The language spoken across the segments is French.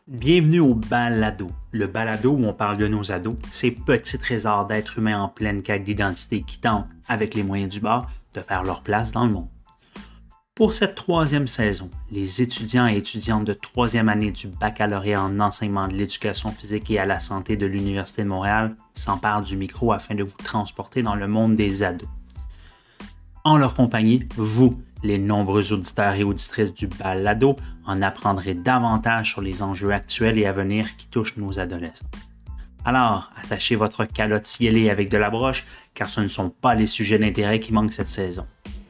Bienvenue au balado, le balado où on parle de nos ados, ces petits trésors d'êtres humains en pleine quête d'identité qui tentent, avec les moyens du bord, de faire leur place dans le monde. Pour cette troisième saison, les étudiants et étudiantes de troisième année du baccalauréat en enseignement de l'éducation physique et à la santé de l'Université de Montréal s'emparent du micro afin de vous transporter dans le monde des ados. En leur compagnie, vous, les nombreux auditeurs et auditrices du balado, en apprendrez davantage sur les enjeux actuels et à venir qui touchent nos adolescents. Alors, attachez votre calotte cielée avec de la broche, car ce ne sont pas les sujets d'intérêt qui manquent cette saison.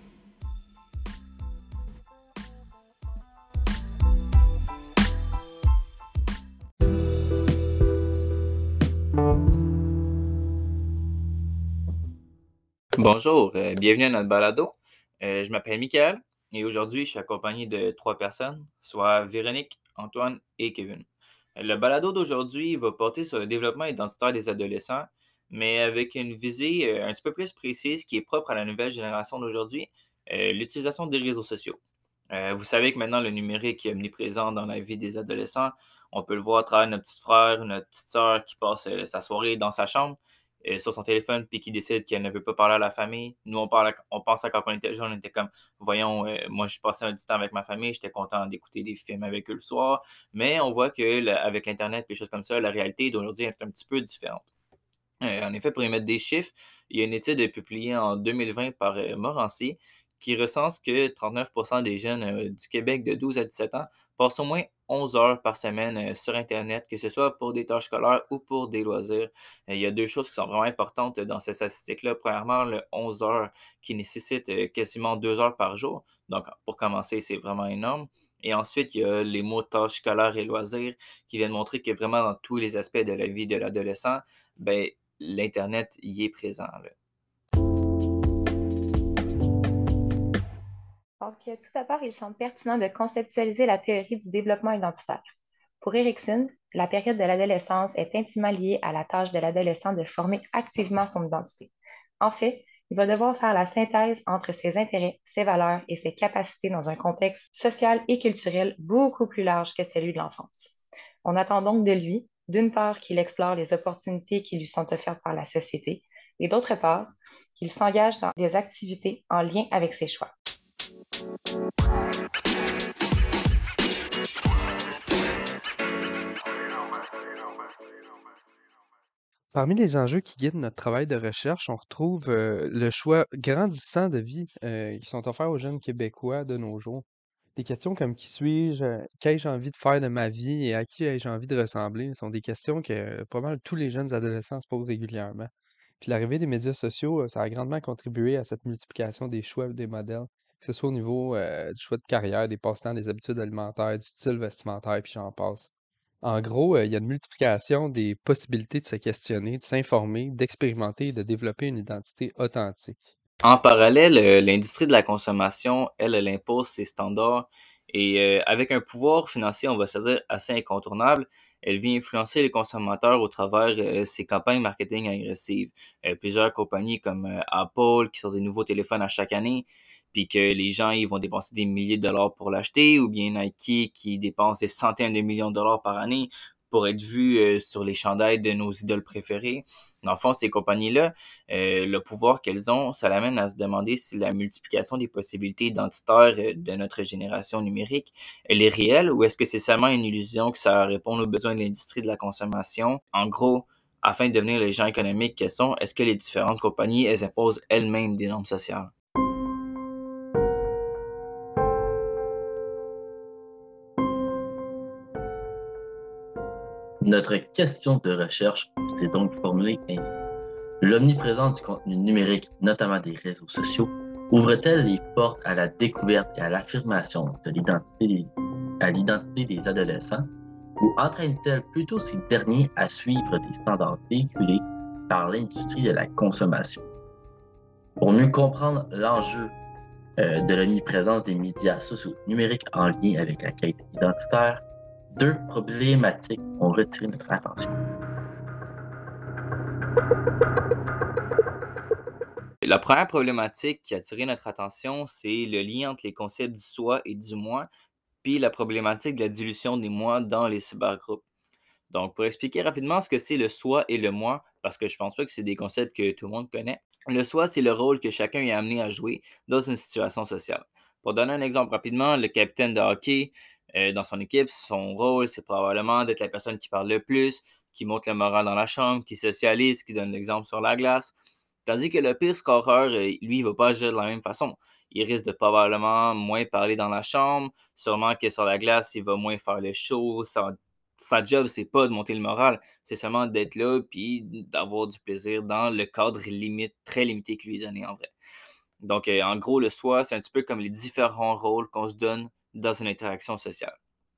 Bonjour, bienvenue à notre balado. Je m'appelle Michael et aujourd'hui, je suis accompagné de 3 personnes, soit Véronique, Antoine et Kevin. Le balado d'aujourd'hui va porter sur le développement identitaire des adolescents, mais avec une visée un petit peu plus précise qui est propre à la nouvelle génération d'aujourd'hui, l'utilisation des réseaux sociaux. Vous savez que maintenant, le numérique est omniprésent dans la vie des adolescents. On peut le voir à travers notre petit frère, notre petite sœur qui passe sa soirée dans sa chambre sur son téléphone puis qui décide qu'elle ne veut pas parler à la famille. Nous, on pense à quand on était jeune, on était comme, voyons, moi, je passais du temps avec ma famille, j'étais content d'écouter des films avec eux le soir. Mais on voit que avec l'Internet et des choses comme ça, la réalité d'aujourd'hui est un petit peu différente. En effet, pour y mettre des chiffres, il y a une étude publiée en 2020 par Morancy qui recense que 39 des jeunes du Québec de 12 à 17 ans passent au moins 11 heures par semaine sur Internet, que ce soit pour des tâches scolaires ou pour des loisirs. Il y a deux choses qui sont vraiment importantes dans ces statistiques-là. Premièrement, le 11 heures qui nécessite quasiment 2 heures par jour. Donc, pour commencer, c'est vraiment énorme. Et ensuite, il y a les mots tâches scolaires et loisirs qui viennent montrer que vraiment dans tous les aspects de la vie de l'adolescent, ben, l'Internet y est présent, là. Donc, tout d'abord, il semble pertinent de conceptualiser la théorie du développement identitaire. Pour Erikson, la période de l'adolescence est intimement liée à la tâche de l'adolescent de former activement son identité. En fait, il va devoir faire la synthèse entre ses intérêts, ses valeurs et ses capacités dans un contexte social et culturel beaucoup plus large que celui de l'enfance. On attend donc de lui, d'une part, qu'il explore les opportunités qui lui sont offertes par la société, et d'autre part, qu'il s'engage dans des activités en lien avec ses choix. Parmi les enjeux qui guident notre travail de recherche, on retrouve le choix grandissant de vie qui sont offerts aux jeunes Québécois de nos jours. Des questions comme qui suis-je, qu'ai-je envie de faire de ma vie et à qui ai-je envie de ressembler sont des questions que pas mal tous les jeunes adolescents se posent régulièrement. Puis l'arrivée des médias sociaux, ça a grandement contribué à cette multiplication des choix et des modèles, que ce soit au niveau du choix de carrière, des passe-temps, des habitudes alimentaires, du style vestimentaire, puis j'en passe. En gros, il y a une multiplication des possibilités de se questionner, de s'informer, d'expérimenter et de développer une identité authentique. En parallèle, l'industrie de la consommation, elle impose ses standards et avec un pouvoir financier, on va se dire, assez incontournable, elle vient influencer les consommateurs au travers ses campagnes marketing agressives. Plusieurs compagnies comme Apple qui sortent des nouveaux téléphones à chaque année, puis que les gens ils vont dépenser des milliers de dollars pour l'acheter, ou bien Nike qui dépense des centaines de millions de dollars par année pour être vu sur les chandails de nos idoles préférées. Dans le fond, ces compagnies-là, le pouvoir qu'elles ont, ça l'amène à se demander si la multiplication des possibilités identitaires de notre génération numérique, elle est réelle ou est-ce que c'est seulement une illusion que ça répond aux besoins de l'industrie de la consommation? En gros, afin de devenir les gens économiques qu'elles sont, est-ce que les différentes compagnies, elles imposent elles-mêmes des normes sociales? Notre question de recherche s'est donc formulée ainsi. L'omniprésence du contenu numérique, notamment des réseaux sociaux, ouvre-t-elle les portes à la découverte et à l'affirmation de l'identité des adolescents ou entraîne-t-elle plutôt ces derniers à suivre des standards véhiculés par l'industrie de la consommation? Pour mieux comprendre l'enjeu de l'omniprésence des médias sociaux numériques en lien avec la quête identitaire, deux problématiques ont retiré notre attention. La première problématique qui a attiré notre attention, c'est le lien entre les concepts du soi et du moi, puis la problématique de la dilution des moi dans les cybergroupes. Donc, pour expliquer rapidement ce que c'est le soi et le moi, parce que je pense pas que c'est des concepts que tout le monde connaît, le soi, c'est le rôle que chacun est amené à jouer dans une situation sociale. Pour donner un exemple rapidement, le capitaine de hockey, dans son équipe, son rôle, c'est probablement d'être la personne qui parle le plus, qui monte le moral dans la chambre, qui socialise, qui donne l'exemple sur la glace. Tandis que le pire scoreur, lui, il va pas agir de la même façon. Il risque de probablement moins parler dans la chambre, sûrement que sur la glace, il va moins faire le show. Sa job, c'est pas de monter le moral, c'est seulement d'être là puis d'avoir du plaisir dans le cadre limite, très limité qui lui est donné en vrai. Donc, en gros, le soi, c'est un petit peu comme les différents rôles qu'on se donne dans une interaction sociale.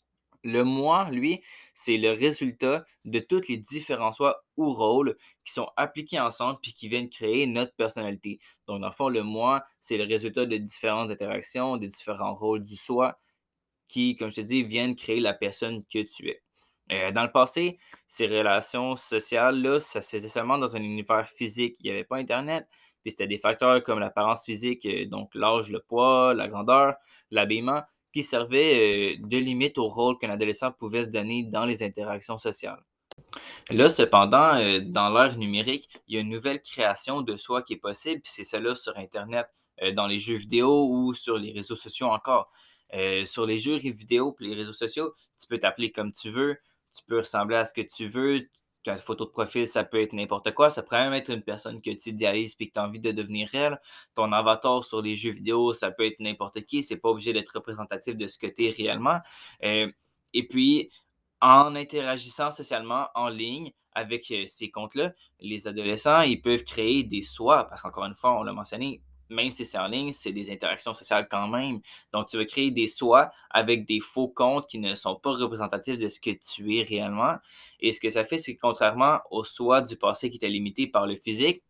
Le moi, lui, c'est le résultat de tous les différents soi ou rôles qui sont appliqués ensemble puis qui viennent créer notre personnalité. Donc, dans le fond, le moi, c'est le résultat de différentes interactions, des différents rôles du soi qui, comme je te dis, viennent créer la personne que tu es. Dans le passé, ces relations sociales-là, ça se faisait seulement dans un univers physique. Il n'y avait pas Internet, puis c'était des facteurs comme l'apparence physique, donc l'âge, le poids, la grandeur, l'habillement, qui servaient de limite au rôle qu'un adolescent pouvait se donner dans les interactions sociales. Là, cependant, dans l'ère numérique, il y a une nouvelle création de soi qui est possible, puis c'est celle-là sur Internet, dans les jeux vidéo ou sur les réseaux sociaux encore. Sur les jeux vidéo et les réseaux sociaux, tu peux t'appeler comme tu veux, tu peux ressembler à ce que tu veux, ta photo de profil, ça peut être n'importe quoi, ça pourrait même être une personne que tu idéalises et que tu as envie de devenir elle. Ton avatar sur les jeux vidéo, ça peut être n'importe qui, c'est pas obligé d'être représentatif de ce que tu es réellement. Euh, et puis, en interagissant socialement en ligne avec ces comptes-là, les adolescents, ils peuvent créer des soi, parce qu'encore une fois, on l'a mentionné, même si c'est en ligne, c'est des interactions sociales quand même. Donc, tu vas créer des soi avec des faux comptes qui ne sont pas représentatifs de ce que tu es réellement. Et ce que ça fait, c'est que contrairement au soi du passé qui était limité par le physique,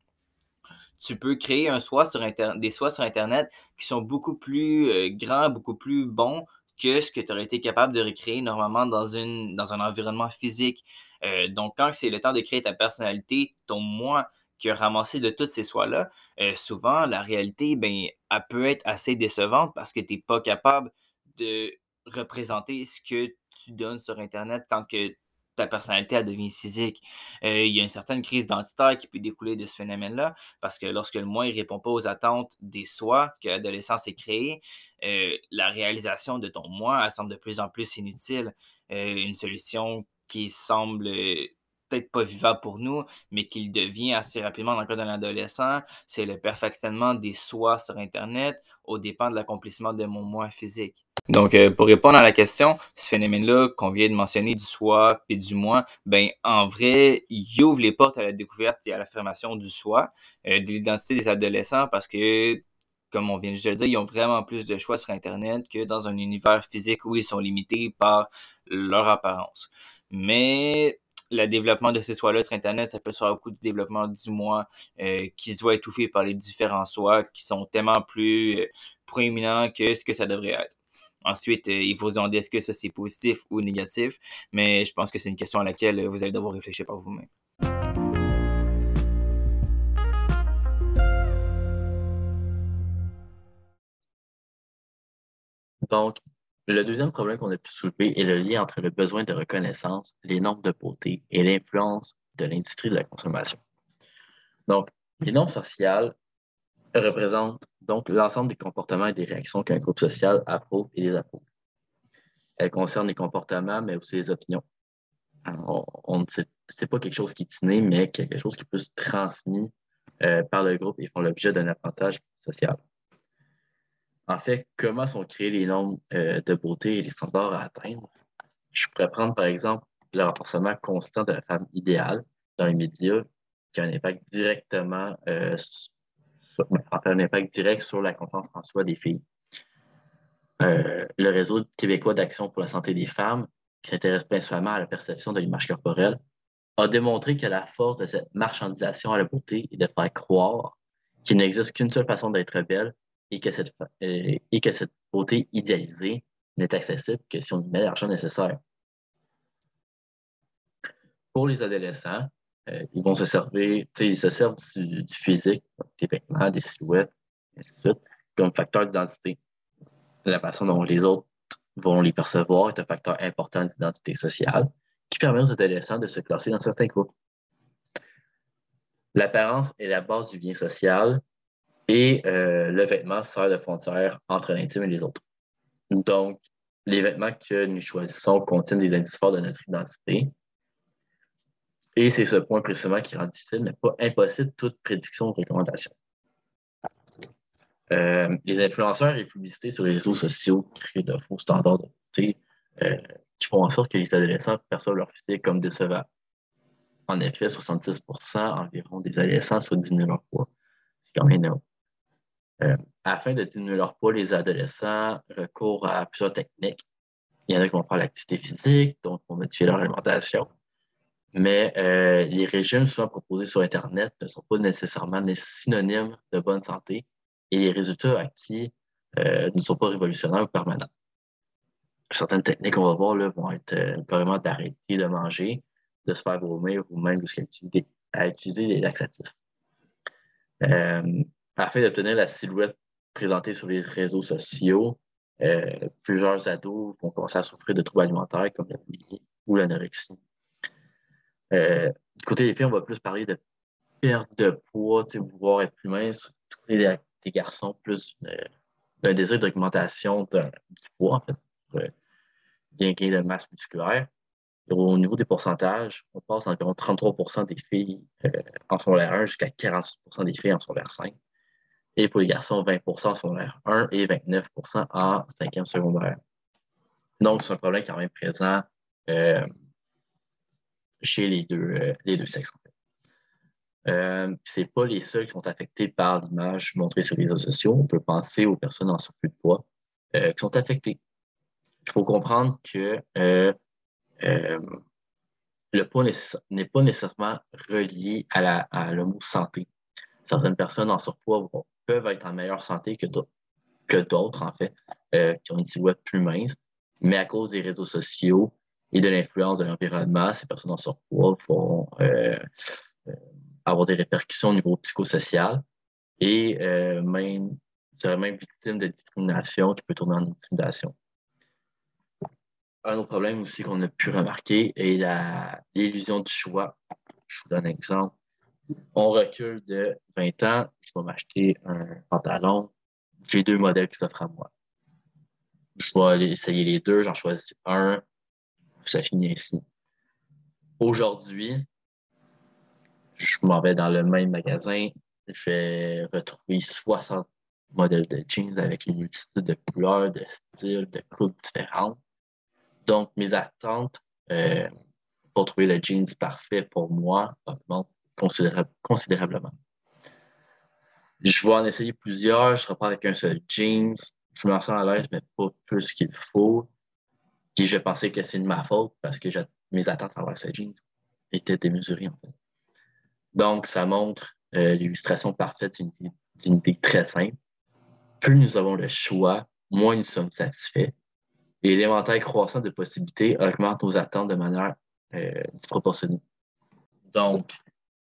tu peux créer des soi sur Internet qui sont beaucoup plus grands, beaucoup plus bons que ce que tu aurais été capable de recréer normalement dans un environnement physique. Donc, quand c'est le temps de créer ta personnalité, ton moi qui a ramassé de toutes ces soins-là, souvent, la réalité, ben, elle peut être assez décevante parce que tu n'es pas capable de représenter ce que tu donnes sur Internet quand que ta personnalité elle devient physique. Il y a une certaine crise identitaire qui peut découler de ce phénomène-là parce que lorsque le moi ne répond pas aux attentes des soi que l'adolescence s'est créée, la réalisation de ton moi elle semble de plus en plus inutile. Une solution qui semble peut-être pas vivable pour nous, mais qui le devient assez rapidement dans le cas d'un adolescent, c'est le perfectionnement des soi sur Internet au dépend de l'accomplissement de mon moi physique. Donc, pour répondre à la question, ce phénomène-là qu'on vient de mentionner du soi et du moi, ben en vrai, il ouvre les portes à la découverte et à l'affirmation du soi, de l'identité des adolescents parce que, comme on vient juste de le dire, ils ont vraiment plus de choix sur Internet que dans un univers physique où ils sont limités par leur apparence. Mais le développement de ces soi-là sur Internet, ça peut se faire beaucoup du développement du moi qui se voit étouffé par les différents soi qui sont tellement plus proéminents que ce que ça devrait être. Ensuite, il faut se demander est-ce que ça c'est positif ou négatif, mais je pense que c'est une question à laquelle vous allez devoir réfléchir par vous-même. Donc, le deuxième problème qu'on a pu soulever est le lien entre le besoin de reconnaissance, les normes de beauté et l'influence de l'industrie de la consommation. Donc, les normes sociales représentent donc l'ensemble des comportements et des réactions qu'un groupe social approuve et désapprouve. Elles concernent les comportements, mais aussi les opinions. C'est pas quelque chose qui est inné, mais quelque chose qui est plus transmis par le groupe et font l'objet d'un apprentissage social. En fait, comment sont créées les normes de beauté et les standards à atteindre? Je pourrais prendre, par exemple, le renforcement constant de la femme idéale dans les médias, qui a un impact un impact direct sur la confiance en soi des filles. Le réseau québécois d'action pour la santé des femmes, qui s'intéresse principalement à la perception de l'image corporelle, a démontré que la force de cette marchandisation à la beauté est de faire croire qu'il n'existe qu'une seule façon d'être belle et que cette beauté idéalisée n'est accessible que si on y met l'argent nécessaire. Pour les adolescents, ils vont se servir, ils se servent du physique, des vêtements, des silhouettes, ainsi de suite, comme facteur d'identité. La façon dont les autres vont les percevoir est un facteur important d'identité sociale qui permet aux adolescents de se classer dans certains groupes. L'apparence est la base du bien social et le vêtement sert de frontière entre l'intime et les autres. Donc, les vêtements que nous choisissons contiennent des indices forts de notre identité. Et c'est ce point précisément qui rend difficile, mais pas impossible, toute prédiction ou recommandation. Les influenceurs et publicités sur les réseaux sociaux créent de faux standards de beauté qui font en sorte que les adolescents perçoivent leur physique comme décevant. En effet, 70% environ des adolescents souhaitent diminuer leur poids. C'est quand même énorme. Afin de diminuer leur poids, les adolescents recourent à plusieurs techniques. Il y en a qui vont faire l'activité physique, donc vont modifier leur alimentation. Mais les régimes souvent proposés sur Internet ne sont pas nécessairement synonymes de bonne santé et les résultats acquis ne sont pas révolutionnaires ou permanents. Certaines techniques, on va voir, là, vont être carrément d'arrêter de manger, de se faire vomir ou même jusqu'à utiliser des laxatifs. Afin d'obtenir la silhouette présentée sur les réseaux sociaux, plusieurs ados vont commencer à souffrir de troubles alimentaires comme la boulimie ou l'anorexie. Du côté des filles, on va plus parler de perte de poids, vouloir être plus mince. Du côté des garçons, plus d'un désir d'augmentation du poids, en fait, pour bien gagner de masse musculaire. Et au niveau des pourcentages, on passe d'environ 33% des filles en secondaire 1 jusqu'à 48% des filles en secondaire 5. Et pour les garçons, 20% en secondaire 1 et 29% en 5e secondaire. Donc, c'est un problème quand même présent chez les deux sexes. C'est pas les seuls qui sont affectés par l'image montrée sur les réseaux sociaux. On peut penser aux personnes en surplus de poids qui sont affectées. Il faut comprendre que le poids n'est pas nécessairement relié à le mot santé. Certaines personnes en surpoids peuvent être en meilleure santé que d'autres, en fait, qui ont une silhouette plus mince, mais à cause des réseaux sociaux et de l'influence de l'environnement, ces personnes en surpoids vont avoir des répercussions au niveau psychosocial et seraient même victimes de discrimination qui peut tourner en intimidation. Un autre problème aussi qu'on a pu remarquer est l'illusion du choix. Je vous donne un exemple. On recule de 20 ans, je vais m'acheter un pantalon, j'ai 2 modèles qui s'offrent à moi. Je vais aller essayer les 2, j'en choisis un, ça finit ainsi. Aujourd'hui, je m'en vais dans le même magasin, je vais retrouver 60 modèles de jeans avec une multitude de couleurs, de styles, de coupes différentes. Donc, mes attentes pour trouver le jeans parfait pour moi augmentent considérablement. Je vais en essayer plusieurs, je repars avec un seul jeans, je me sens à l'aise, mais pas plus qu'il faut. Puis je vais penser que c'est de ma faute parce que mes attentes envers ce jeans étaient démesurées, en fait. Donc, ça montre l'illustration parfaite d'une idée très simple. Plus nous avons le choix, moins nous sommes satisfaits. Et l'éventail croissant de possibilités augmente nos attentes de manière disproportionnée. Donc,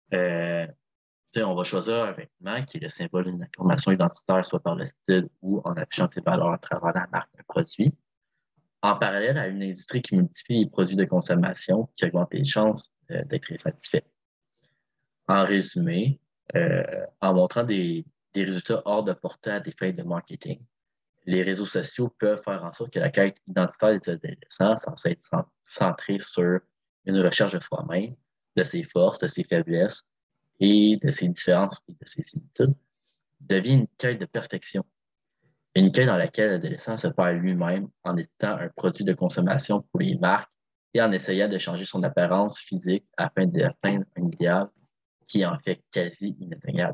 on va choisir un vêtement qui est le symbole d'une affirmation identitaire, soit par le style ou en affichant ses valeurs à travers la marque d'un produit, en parallèle à une industrie qui multiplie les produits de consommation qui augmente les chances d'être insatisfait. En résumé, en montrant des résultats hors de portée à des fins de marketing, les réseaux sociaux peuvent faire en sorte que la quête identitaire des adolescents, censée être centrée sur une recherche de soi-même, de ses forces, de ses faiblesses et de ses différences et de ses similitudes, devient une quête de perfection. Une quête dans laquelle l'adolescent se perd lui-même en étant un produit de consommation pour les marques et en essayant de changer son apparence physique afin d'atteindre un idéal qui est en fait quasi inatteignable.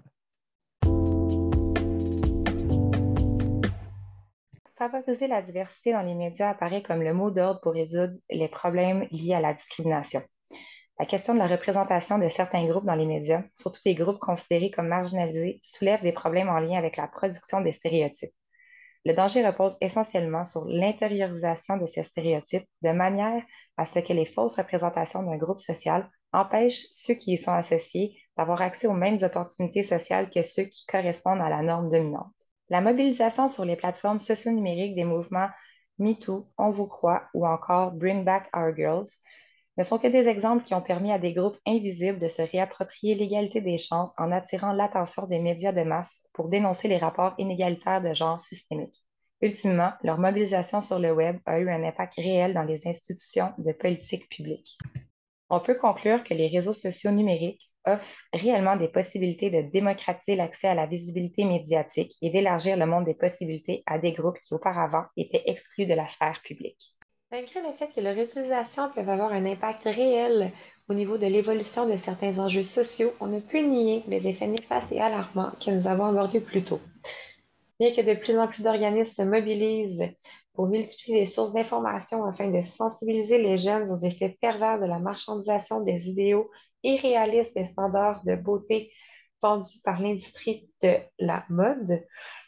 Favoriser la diversité dans les médias apparaît comme le mot d'ordre pour résoudre les problèmes liés à la discrimination. La question de la représentation de certains groupes dans les médias, surtout des groupes considérés comme marginalisés, soulève des problèmes en lien avec la production des stéréotypes. Le danger repose essentiellement sur l'intériorisation de ces stéréotypes de manière à ce que les fausses représentations d'un groupe social empêchent ceux qui y sont associés d'avoir accès aux mêmes opportunités sociales que ceux qui correspondent à la norme dominante. La mobilisation sur les plateformes socio-numériques des mouvements MeToo, On vous croit ou encore Bring Back Our Girls ne sont que des exemples qui ont permis à des groupes invisibles de se réapproprier l'égalité des chances en attirant l'attention des médias de masse pour dénoncer les rapports inégalitaires de genre systémiques. Ultimement, leur mobilisation sur le web a eu un impact réel dans les institutions de politique publique. On peut conclure que les réseaux sociaux numériques offrent réellement des possibilités de démocratiser l'accès à la visibilité médiatique et d'élargir le monde des possibilités à des groupes qui auparavant étaient exclus de la sphère publique. Malgré le fait que leur utilisation peut avoir un impact réel au niveau de l'évolution de certains enjeux sociaux, on ne peut nier les effets néfastes et alarmants que nous avons abordés plus tôt. Bien que de plus en plus d'organismes se mobilisent pour multiplier les sources d'informations afin de sensibiliser les jeunes aux effets pervers de la marchandisation des idéaux irréalistes des standards de beauté vendus par l'industrie de la mode,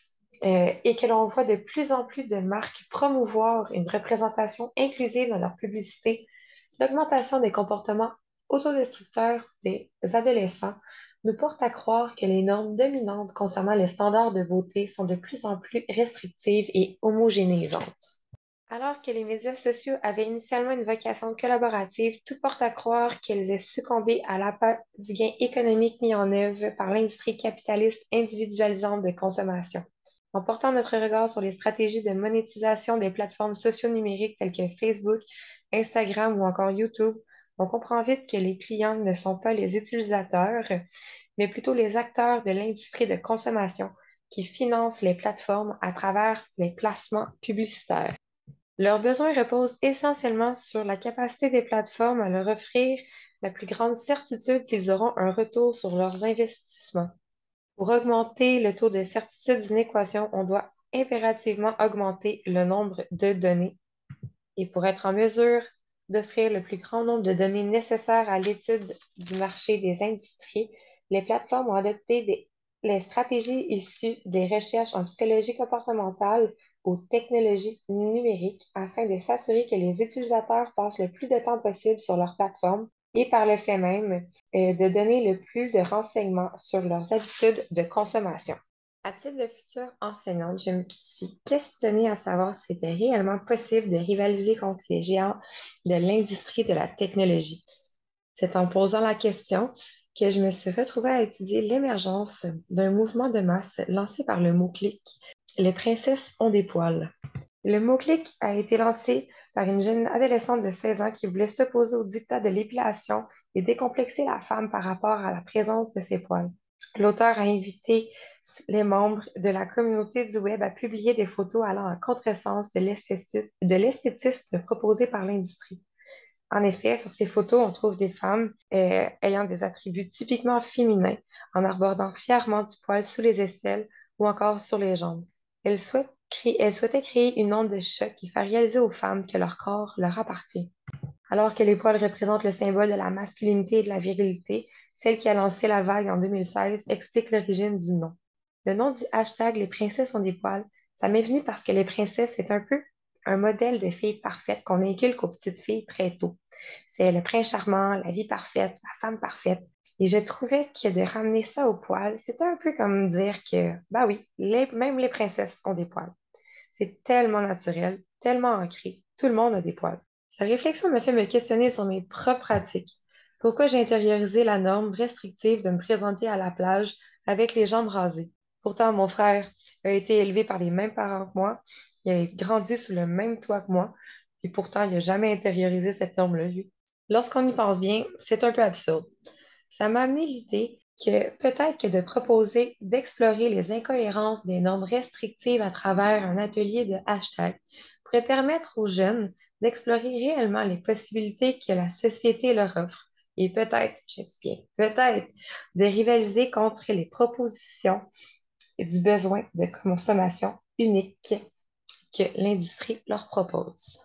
et que l'on voit de plus en plus de marques promouvoir une représentation inclusive dans leur publicité, l'augmentation des comportements autodestructeurs des adolescents nous porte à croire que les normes dominantes concernant les standards de beauté sont de plus en plus restrictives et homogénéisantes. Alors que les médias sociaux avaient initialement une vocation collaborative, tout porte à croire qu'ils aient succombé à l'appât du gain économique mis en œuvre par l'industrie capitaliste individualisante de consommation. En portant notre regard sur les stratégies de monétisation des plateformes socio-numériques telles que Facebook, Instagram ou encore YouTube, on comprend vite que les clients ne sont pas les utilisateurs, mais plutôt les acteurs de l'industrie de consommation qui financent les plateformes à travers les placements publicitaires. Leurs besoins reposent essentiellement sur la capacité des plateformes à leur offrir la plus grande certitude qu'ils auront un retour sur leurs investissements. Pour augmenter le taux de certitude d'une équation, on doit impérativement augmenter le nombre de données. Et pour être en mesure d'offrir le plus grand nombre de données nécessaires à l'étude du marché des industries, les plateformes ont adopté les stratégies issues des recherches en psychologie comportementale aux technologies numériques afin de s'assurer que les utilisateurs passent le plus de temps possible sur leur plateforme et par le fait même de donner le plus de renseignements sur leurs habitudes de consommation. À titre de future enseignante, je me suis questionnée à savoir si c'était réellement possible de rivaliser contre les géants de l'industrie de la technologie. C'est en posant la question que je me suis retrouvée à étudier l'émergence d'un mouvement de masse lancé par le mot-clic « Les princesses ont des poils ». Le mot-clic a été lancé par une jeune adolescente de 16 ans qui voulait s'opposer au diktat de l'épilation et décomplexer la femme par rapport à la présence de ses poils. L'auteur a invité les membres de la communauté du web à publier des photos allant à contresens de l'esthétisme proposé par l'industrie. En effet, sur ces photos, on trouve des femmes ayant des attributs typiquement féminins, en arborant fièrement du poil sous les aisselles ou encore sur les jambes. Elles souhaitaient créer une onde de choc qui fait réaliser aux femmes que leur corps leur appartient. Alors que les poils représentent le symbole de la masculinité et de la virilité, celle qui a lancé la vague en 2016 explique l'origine du nom. Le nom du hashtag Les princesses ont des poils, ça m'est venu parce que les princesses, c'est un peu un modèle de fille parfaite qu'on inculque aux petites filles très tôt. C'est le prince charmant, la vie parfaite, la femme parfaite. Et je trouvais que de ramener ça aux poils, c'était un peu comme dire que, bah oui, même les princesses ont des poils. C'est tellement naturel, tellement ancré. Tout le monde a des poils. Sa réflexion me fait me questionner sur mes propres pratiques. Pourquoi j'ai intériorisé la norme restrictive de me présenter à la plage avec les jambes rasées? Pourtant, mon frère a été élevé par les mêmes parents que moi, il a grandi sous le même toit que moi, et pourtant, il n'a jamais intériorisé cette norme-là, lui. Lorsqu'on y pense bien, c'est un peu absurde. Ça m'a amené l'idée que peut-être que de proposer d'explorer les incohérences des normes restrictives à travers un atelier de hashtag pourrait permettre aux jeunes d'explorer réellement les possibilités que la société leur offre et peut-être, je dis bien, peut-être de rivaliser contre les propositions et du besoin de consommation unique que l'industrie leur propose.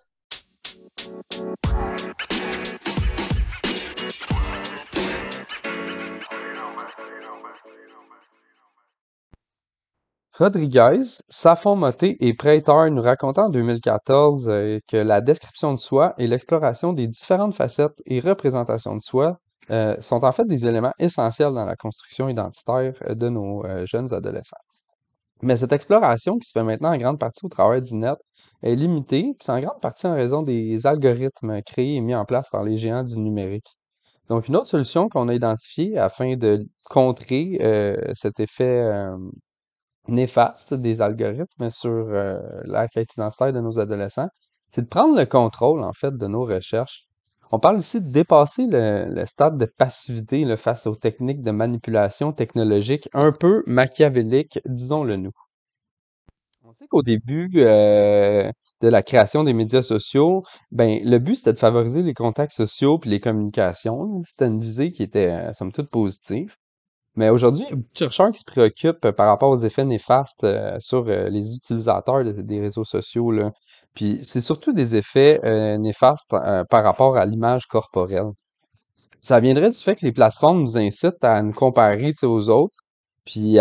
Rodriguez, Safon Moté et Prater nous racontaient en 2014 que la description de soi et l'exploration des différentes facettes et représentations de soi sont en fait des éléments essentiels dans la construction identitaire de nos jeunes adolescents. Mais cette exploration qui se fait maintenant en grande partie au travers du net est limitée, puis c'est en grande partie en raison des algorithmes créés et mis en place par les géants du numérique. Donc, une autre solution qu'on a identifiée afin de contrer cet effet néfaste des algorithmes sur la quête identitaire de nos adolescents, c'est de prendre le contrôle, en fait, de nos recherches. On parle ici de dépasser le stade de passivité là, face aux techniques de manipulation technologique un peu machiavéliques, disons-le nous. On sait qu'au début de la création des médias sociaux, ben le but c'était de favoriser les contacts sociaux puis les communications, là. C'était une visée qui était somme toute positive. Mais aujourd'hui, il y a beaucoup de chercheurs qui se préoccupent par rapport aux effets néfastes sur les utilisateurs des réseaux sociaux, là. Puis c'est surtout des effets néfastes par rapport à l'image corporelle. Ça viendrait du fait que les plateformes nous incitent à nous comparer, tu sais, aux autres, puis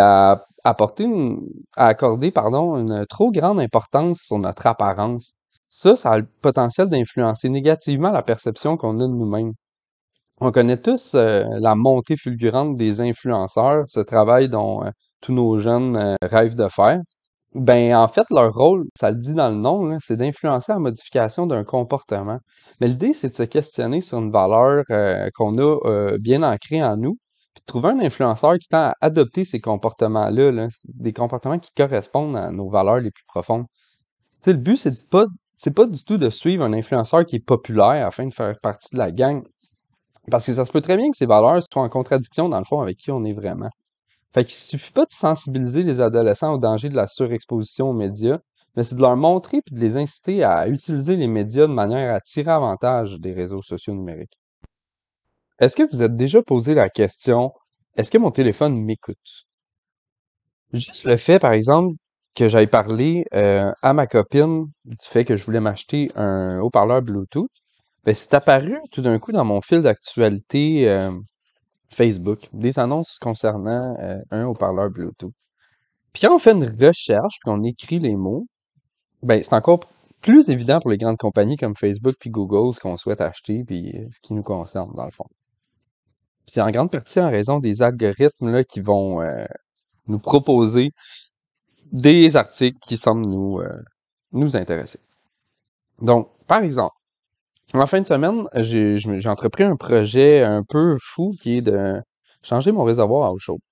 à accorder, pardon, une trop grande importance sur notre apparence. Ça a le potentiel d'influencer négativement la perception qu'on a de nous-mêmes. On connaît tous la montée fulgurante des influenceurs, ce travail dont tous nos jeunes rêvent de faire. Ben, en fait, leur rôle, ça le dit dans le nom, là, c'est d'influencer la modification d'un comportement. Mais l'idée, c'est de se questionner sur une valeur qu'on a bien ancrée en nous, puis de trouver un influenceur qui tend à adopter ces comportements-là, là, des comportements qui correspondent à nos valeurs les plus profondes. Tu sais, le but, c'est pas du tout de suivre un influenceur qui est populaire afin de faire partie de la gang, parce que ça se peut très bien que ces valeurs soient en contradiction, dans le fond, avec qui on est vraiment. Fait qu'il suffit pas de sensibiliser les adolescents au danger de la surexposition aux médias, mais c'est de leur montrer puis de les inciter à utiliser les médias de manière à tirer avantage des réseaux sociaux numériques. Est-ce que vous êtes déjà posé la question, est-ce que mon téléphone m'écoute? Juste le fait, par exemple, que j'aille parler à ma copine du fait que je voulais m'acheter un haut-parleur Bluetooth, ben c'est apparu tout d'un coup dans mon fil d'actualité Facebook, des annonces concernant un haut-parleur Bluetooth. Puis quand on fait une recherche, puis qu'on écrit les mots, ben c'est encore plus évident pour les grandes compagnies comme Facebook puis Google ce qu'on souhaite acheter puis ce qui nous concerne dans le fond. Puis c'est en grande partie en raison des algorithmes là, qui vont nous proposer des articles qui semblent nous intéresser. Donc, par exemple, en fin de semaine, j'ai entrepris un projet un peu fou qui est de changer mon réservoir à eau chaude.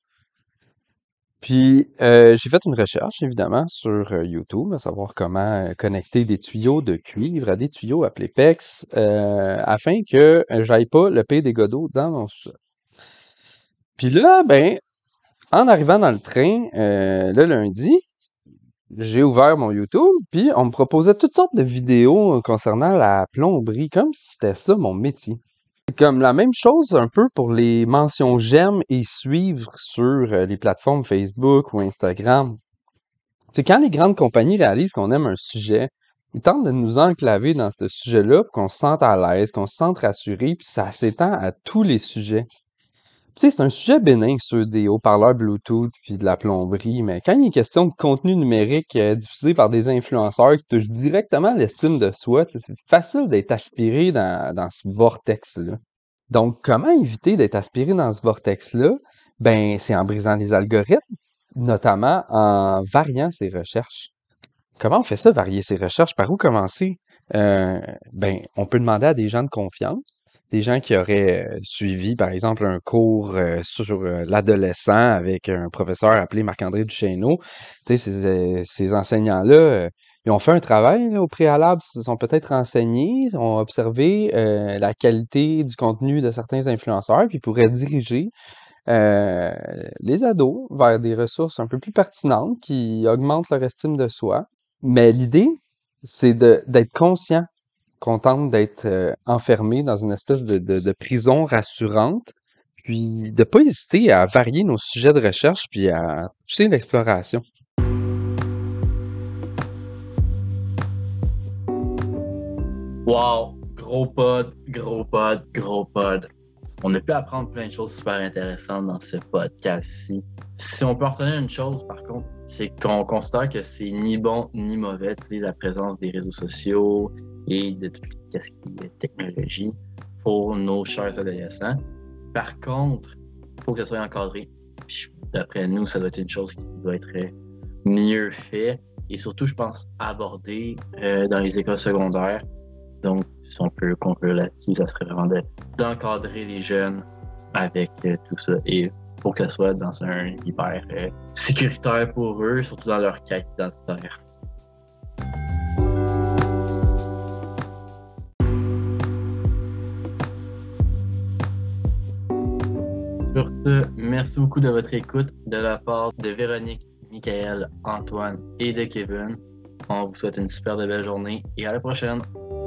Puis, j'ai fait une recherche, évidemment, sur YouTube, à savoir comment connecter des tuyaux de cuivre à des tuyaux appelés PEX, afin que j'aille pas le payer des d'eau dans mon sous-sol. Puis là, ben, en arrivant dans le train, le lundi, j'ai ouvert mon YouTube, puis on me proposait toutes sortes de vidéos concernant la plomberie, comme si c'était ça mon métier. C'est comme la même chose un peu pour les mentions j'aime et suivre sur les plateformes Facebook ou Instagram. C'est quand les grandes compagnies réalisent qu'on aime un sujet, ils tentent de nous enclaver dans ce sujet-là pour qu'on se sente à l'aise, qu'on se sente rassuré, puis ça s'étend à tous les sujets. Tu sais, c'est un sujet bénin, ceux des haut-parleurs Bluetooth puis de la plomberie, mais quand il est question de contenu numérique diffusé par des influenceurs qui touchent directement l'estime de soi, tu sais, c'est facile d'être aspiré dans ce vortex-là. Donc, comment éviter d'être aspiré dans ce vortex-là? Ben, c'est en brisant les algorithmes, notamment en variant ses recherches. Comment on fait ça, varier ses recherches? Par où commencer? Ben, on peut demander à des gens de confiance, des gens qui auraient suivi, par exemple, un cours sur l'adolescent avec un professeur appelé Marc-André Duchesneau. Tu sais, ces enseignants-là, ils ont fait un travail là, au préalable, ils se sont peut-être renseignés, ont observé la qualité du contenu de certains influenceurs, puis ils pourraient diriger euh, les ados vers des ressources un peu plus pertinentes qui augmentent leur estime de soi. Mais l'idée, c'est d'être conscient qu'on tente d'être enfermé dans une espèce de prison rassurante, puis de pas hésiter à varier nos sujets de recherche, puis à pousser l'exploration. Wow! Gros pod, gros pod, gros pod. On a pu apprendre plein de choses super intéressantes dans ce podcast-ci. Si on peut en retenir une chose, par contre, c'est qu'on considère que c'est ni bon ni mauvais, tu sais, la présence des réseaux sociaux et de tout ce qui est technologie pour nos chers adolescents. Par contre, il faut que ça soit encadré. Puis, d'après nous, ça doit être une chose qui doit être mieux fait et surtout, je pense, abordé dans les écoles secondaires. Donc, si on peut conclure là-dessus, ça serait vraiment d'encadrer les jeunes avec tout ça et pour que ce soit dans un univers sécuritaire pour eux, surtout dans leur quête identitaire. Sur ce, merci beaucoup de votre écoute de la part de Véronique, Michael, Antoine et de Kevin. On vous souhaite une super belle journée et à la prochaine!